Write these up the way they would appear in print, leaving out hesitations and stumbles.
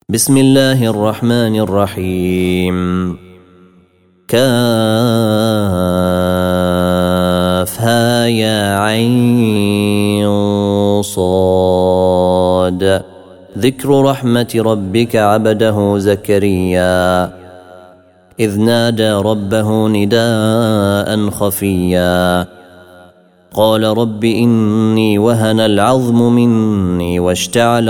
بسم الله الرحمن الرحيم. كافها يا عين صاد. ذكر رحمة ربك عبده زكريا إذ نادى ربه نداء خفيا قال رب إني وهن العظم مني واشتعل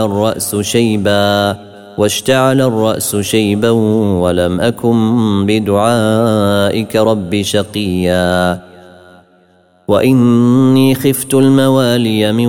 الرأس شيبا ولم أكن بدعائك رب شقيا وإني خفت الموالي من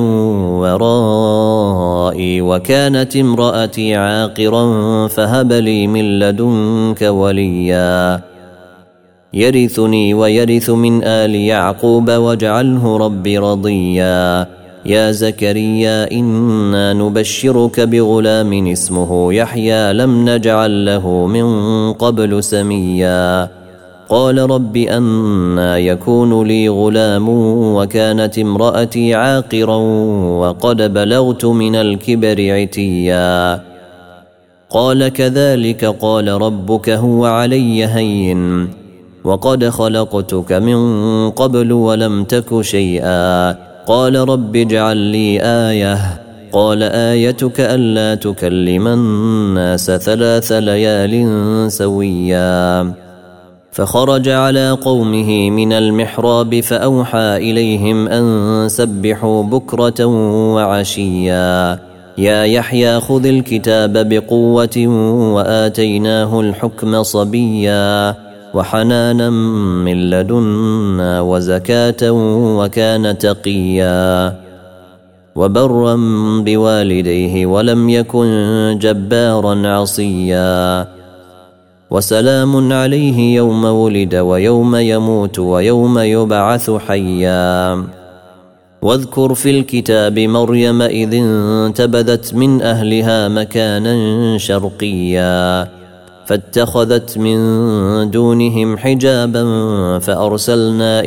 ورائي وكانت امرأتي عاقرا فهب لي من لدنك وليا يرثني ويرث من آل يعقوب واجعله رب رضيا يا زكريا إنا نبشرك بغلام اسمه يحيى لم نجعل له من قبل سميا قال رب أنى يكون لي غلام وكانت امرأتي عاقرا وقد بلغت من الكبر عتيا قال كذلك قال ربك هو علي هين وقد خلقتك من قبل ولم تك شيئا قال رب اجعل لي آية قال آيتك ألا تكلم الناس 3 ليال سويا فخرج على قومه من المحراب فأوحى إليهم أن سبحوا بكرة وعشيا يا يحيى خذ الكتاب بقوة وآتيناه الحكم صبيا وحنانا من لدنا وزكاة وكان تقيا وبرا بوالديه ولم يكن جبارا عصيا وسلام عليه يوم ولد ويوم يموت ويوم يبعث حيا واذكر في الكتاب مريم إذ انتبذت من أهلها مكانا شرقيا فاتخذت من دونهم حجابا فأرسلنا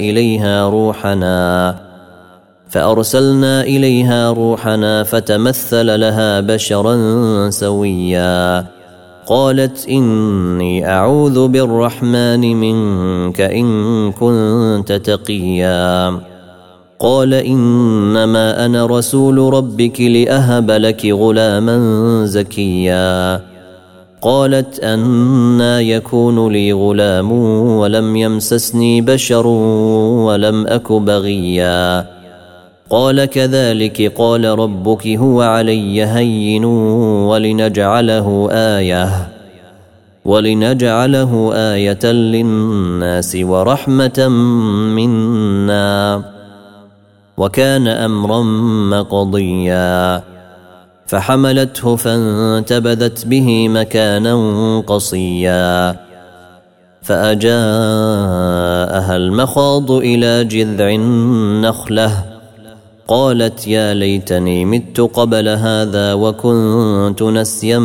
إليها روحنا فتمثل لها بشرا سويا قالت إني أعوذ بالرحمن منك إن كنت تقيا قال إنما أنا رسول ربك لأهب لك غلاما زكيا قالت أنى يكون لي غلام ولم يمسسني بشر ولم أك بغيا قال كذلك قال ربك هو علي هين ولنجعله آية للناس ورحمة منا وكان أمرا مقضيا فحملته فانتبذت به مكانا قصيا فأجاءها المخاض إلى جذع النخلة قالت يا ليتني مت قبل هذا وكنت نسيا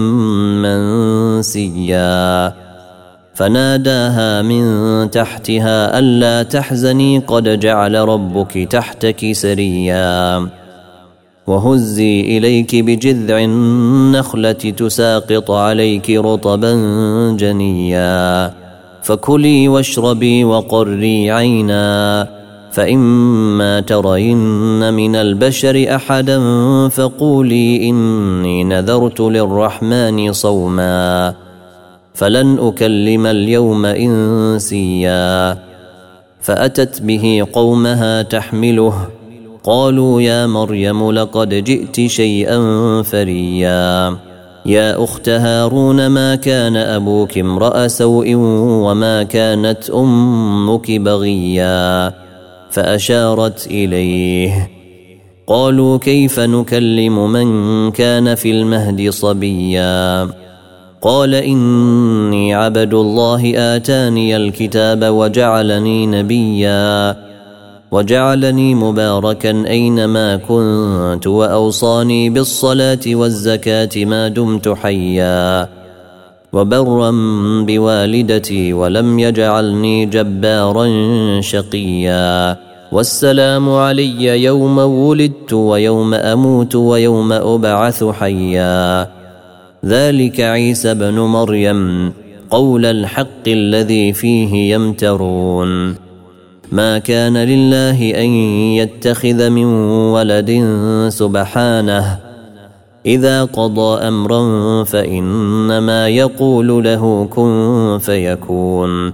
منسيا فناداها من تحتها ألا تحزني قد جعل ربك تحتك سريا وهزي إليك بجذع النخلة تساقط عليك رطبا جنيا فكلي واشربي وقري عينا فإما ترين من البشر أحدا فقولي إني نذرت للرحمن صوما فلن أكلم اليوم إنسيا فأتت به قومها تحمله قالوا يا مريم لقد جئت شيئا فريا يا أخت هارون ما كان أبوك امرأ سوء وما كانت أمك بغيا فأشارت إليه قالوا كيف نكلم من كان في المهد صبيا قال إني عبد الله آتاني الكتاب وجعلني نبيا وجعلني مباركا أينما كنت وأوصاني بالصلاة والزكاة ما دمت حيا وبرا بوالدتي ولم يجعلني جبارا شقيا والسلام علي يوم ولدت ويوم أموت ويوم أبعث حيا ذلك عيسى بن مريم قول الحق الذي فيه يمترون ما كان لله أن يتخذ من ولد سبحانه إذا قضى أمرا فإنما يقول له كن فيكون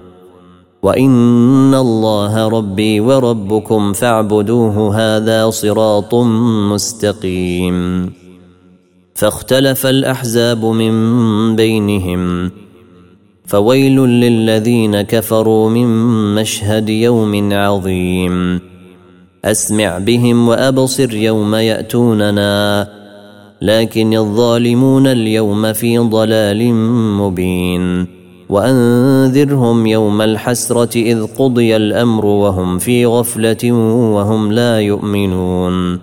وإن الله ربي وربكم فاعبدوه هذا صراط مستقيم فاختلف الأحزاب من بينهم فويل للذين كفروا من مشهد يوم عظيم أسمع بهم وأبصر يوم يأتوننا لكن الظالمون اليوم في ضلال مبين وأنذرهم يوم الحسرة إذ قضي الأمر وهم في غفلة وهم لا يؤمنون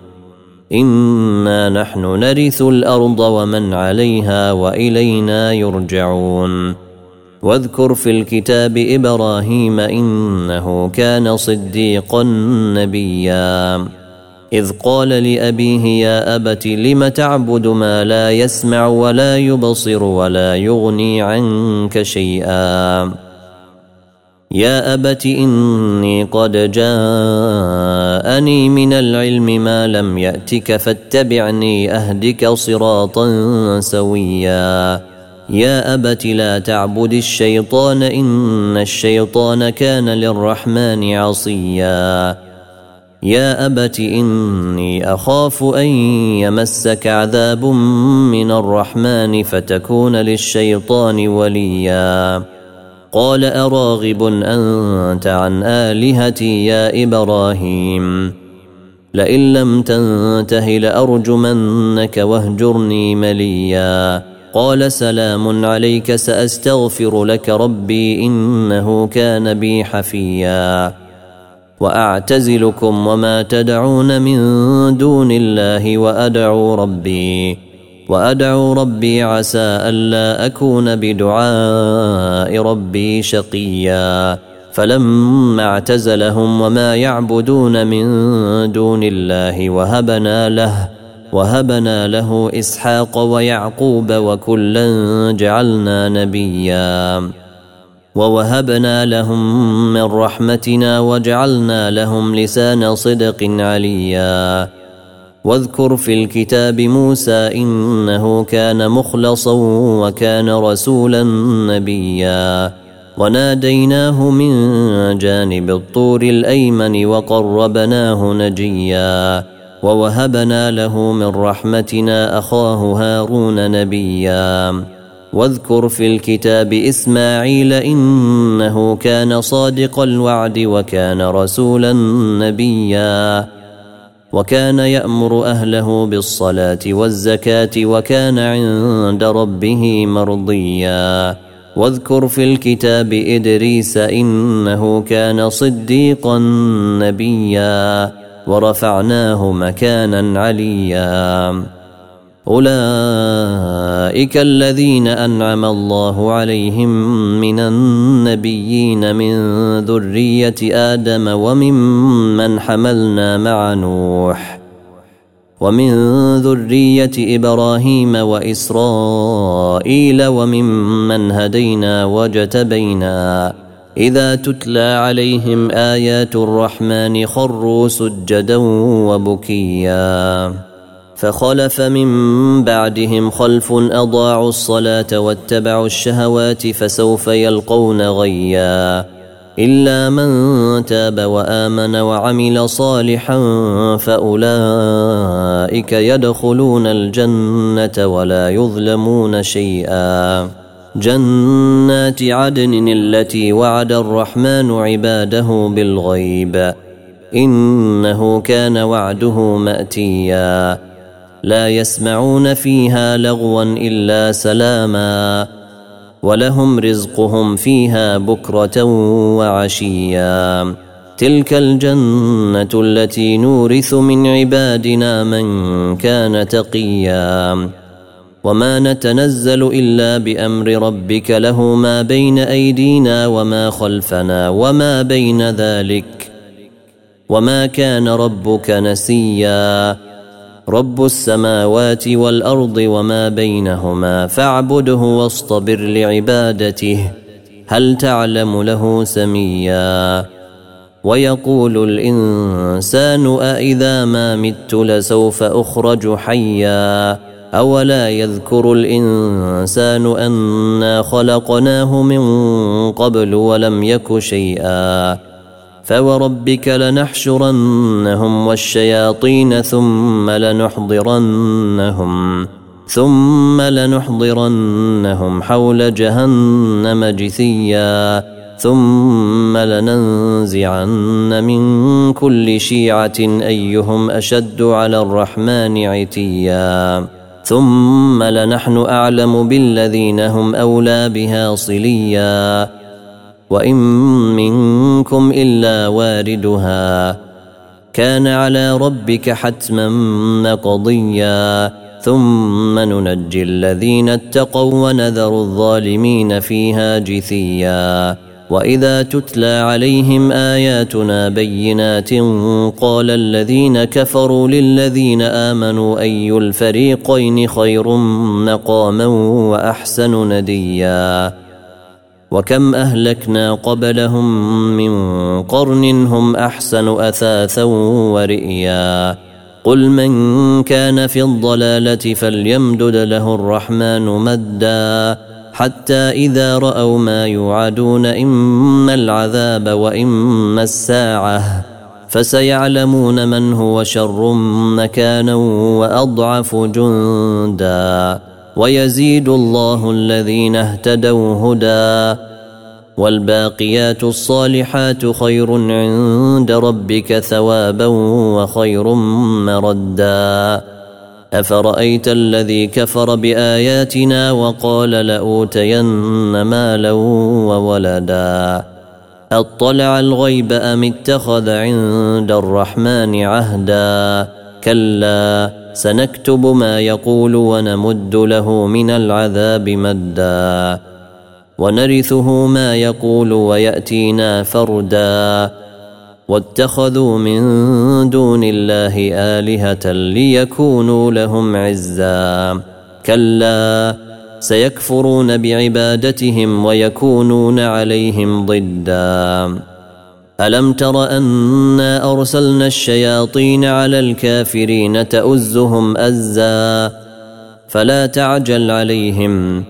إنا نحن نرث الأرض ومن عليها وإلينا يرجعون واذكر في الكتاب إبراهيم إنه كان صديقا نبيا إذ قال لأبيه يا أبت لم تعبد ما لا يسمع ولا يبصر ولا يغني عنك شيئا يا أبت إني قد جاءني من العلم ما لم يأتك فاتبعني أهدك صراطا سويا يا أبت لا تعبد الشيطان إن الشيطان كان للرحمن عصيا يا أبت إني أخاف أن يمسك عذاب من الرحمن فتكون للشيطان وليا قال أراغب أنت عن آلهتي يا إبراهيم لئن لم تنته لأرجمنك واهجرني مليا قال سلام عليك سأستغفر لك ربي إنه كان بي حفيا وأعتزلكم وما تدعون من دون الله وأدعو ربي عسى ألا أكون بدعاء ربي شقيا فلما اعتزلهم وما يعبدون من دون الله وهبنا له إسحاق ويعقوب وكلا جعلنا نبيا ووهبنا لهم من رحمتنا وجعلنا لهم لسان صدق عليا واذكر في الكتاب موسى إنه كان مخلصا وكان رسولا نبيا وناديناه من جانب الطور الأيمن وقربناه نجيا ووهبنا له من رحمتنا أخاه هارون نبيا واذكر في الكتاب إسماعيل إنه كان صادق الوعد وكان رسولا نبيا وكان يأمر أهله بالصلاة والزكاة وكان عند ربه مرضيا واذكر في الكتاب إدريس إنه كان صديقا نبيا ورفعناه مكانا عليا أولئك الذين أنعم الله عليهم من النبيين من ذرية آدم وممن حملنا مع نوح ومن ذرية إبراهيم وإسرائيل وممن هدينا وجتبينا إذا تتلى عليهم آيات الرحمن خروا سجدا وبكيا فخلف من بعدهم خلف أضاعوا الصلاة واتبعوا الشهوات فسوف يلقون غيا إلا من تاب وآمن وعمل صالحا فأولئك يدخلون الجنة ولا يظلمون شيئا جنات عدن التي وعد الرحمن عباده بالغيب إنه كان وعده مأتيا لا يسمعون فيها لغوا إلا سلاما ولهم رزقهم فيها بكرة وعشيا تلك الجنة التي نورث من عبادنا من كان تقيا وما نتنزل إلا بأمر ربك له ما بين أيدينا وما خلفنا وما بين ذلك وما كان ربك نسيا رب السماوات والأرض وما بينهما فاعبده واصطبر لعبادته هل تعلم له سميا ويقول الإنسان أإذا ما مت لسوف أخرج حيا أولا يذكر الإنسان أنا خلقناه من قبل ولم يك شيئا فوربك لنحشرنهم والشياطين ثم لنحضرنهم حول جهنم جثيا ثم لننزعن من كل شيعة أيهم أشد على الرحمن عتيا ثم لنحن أعلم بالذين هم أولى بها صليا وإن منكم إلا واردها كان على ربك حتما مقضيا ثم ننجي الذين اتقوا ونذر الظالمين فيها جثيا وإذا تتلى عليهم آياتنا بينات قال الذين كفروا للذين آمنوا أي الفريقين خير مقاما وأحسن نديا وكم أهلكنا قبلهم من قرن هم أحسن أثاثا ورئيا قل من كان في الضلالة فليمدد له الرحمن مدا حتى إذا رأوا ما يوعدون إما العذاب وإما الساعة فسيعلمون من هو شر مكانا وأضعف جندا ويزيد الله الذين اهتدوا هدى والباقيات الصالحات خير عند ربك ثوابا وخير مردا أفرأيت الذي كفر بآياتنا وقال لأوتين مالا وولدا أطلع الغيب أم اتخذ عند الرحمن عهدا كلا سنكتب ما يقول ونمد له من العذاب مدا ونرثه ما يقول ويأتينا فردا واتخذوا من دون الله آلهة ليكونوا لهم عزا كلا سيكفرون بعبادتهم ويكونون عليهم ضدا ألم تر أنا أرسلنا الشياطين على الكافرين تؤزهم أزا فلا تعجل عليهم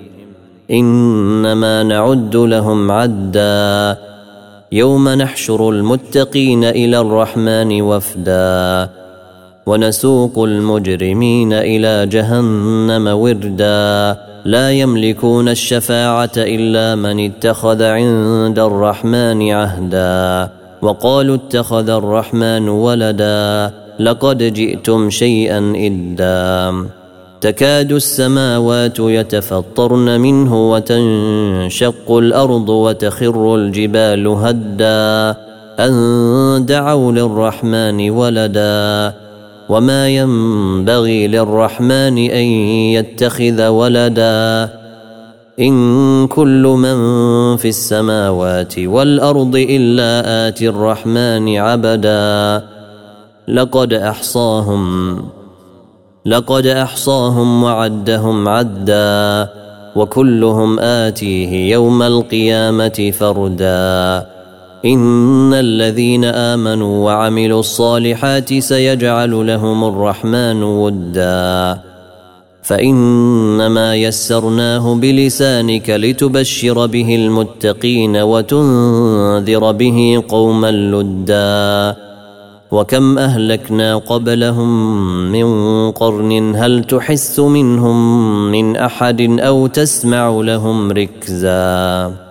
إنما نعد لهم عدا يوم نحشر المتقين إلى الرحمن وفدا ونسوق المجرمين إلى جهنم وردا لا يملكون الشفاعة إلا من اتخذ عند الرحمن عهدا وقالوا اتخذ الرحمن ولدا لقد جئتم شيئا إدا تكاد السماوات يتفطرن منه وتنشق الأرض وتخر الجبال هدا أن دعوا للرحمن ولدا وما ينبغي للرحمن أن يتخذ ولدا إن كل من في السماوات والأرض إلا آتي الرحمن عبدا لقد أحصاهم وعدهم عدا وكلهم آتيه يوم القيامة فردا إن الذين آمنوا وعملوا الصالحات سيجعل لهم الرحمن ودا فإنما يسرناه بلسانك لتبشر به المتقين وتنذر به قوما لدا وكم أهلكنا قبلهم من قرن هل تحس منهم من أحد أو تسمع لهم ركزا